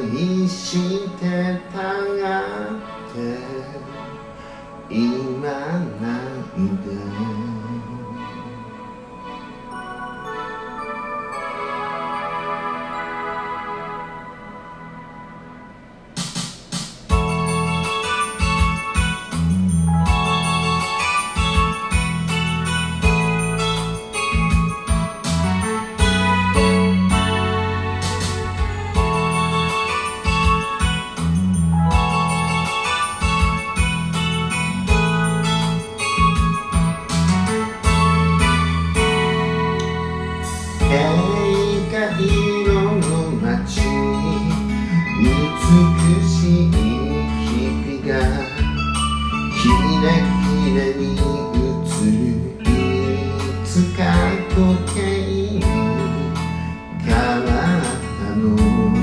愛してたがって今ないで美しい日々がキラキラに映るいつか時計に変わったの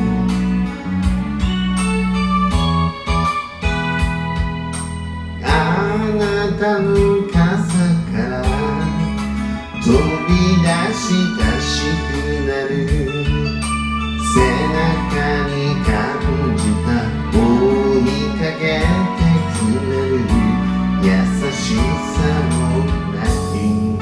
あなたの傘から飛び出したしくなる背中に感じた追いかけてくれる優しさもない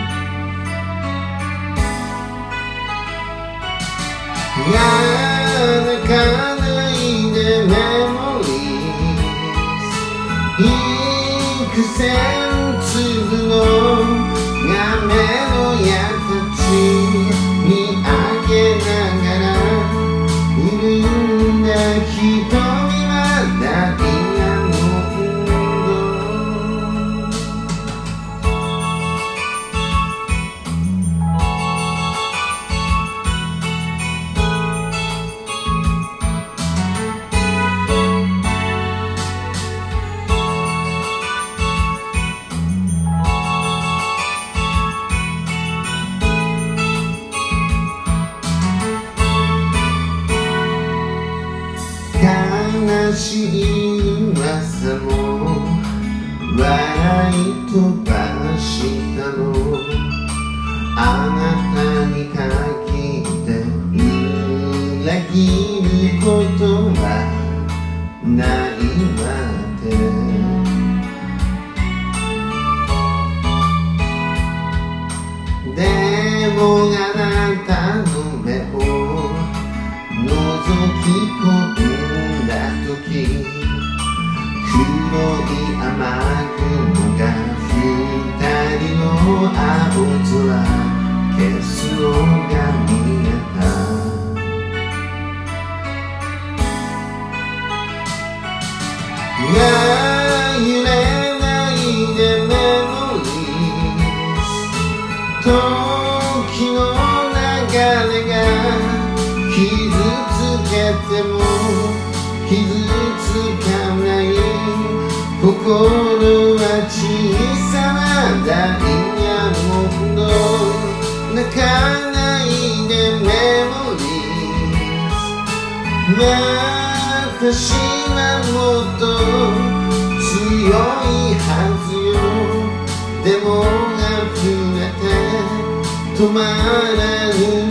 泣かないでメモリー幾千粒の雨の矢たち見上げながら瞳はダイヤモン悲しい噂も笑い飛ばしたのあなたに限って裏切ることはないわってでもあなたの目を覗き込んだ時黒い雨雲が二人の青空消すのが見えた揺れないでメモリー時の流れが傷つけても傷つかない心は小さなダイヤモンド泣かないでメモリー私はもっと強いはずよでも溢れて止まらぬ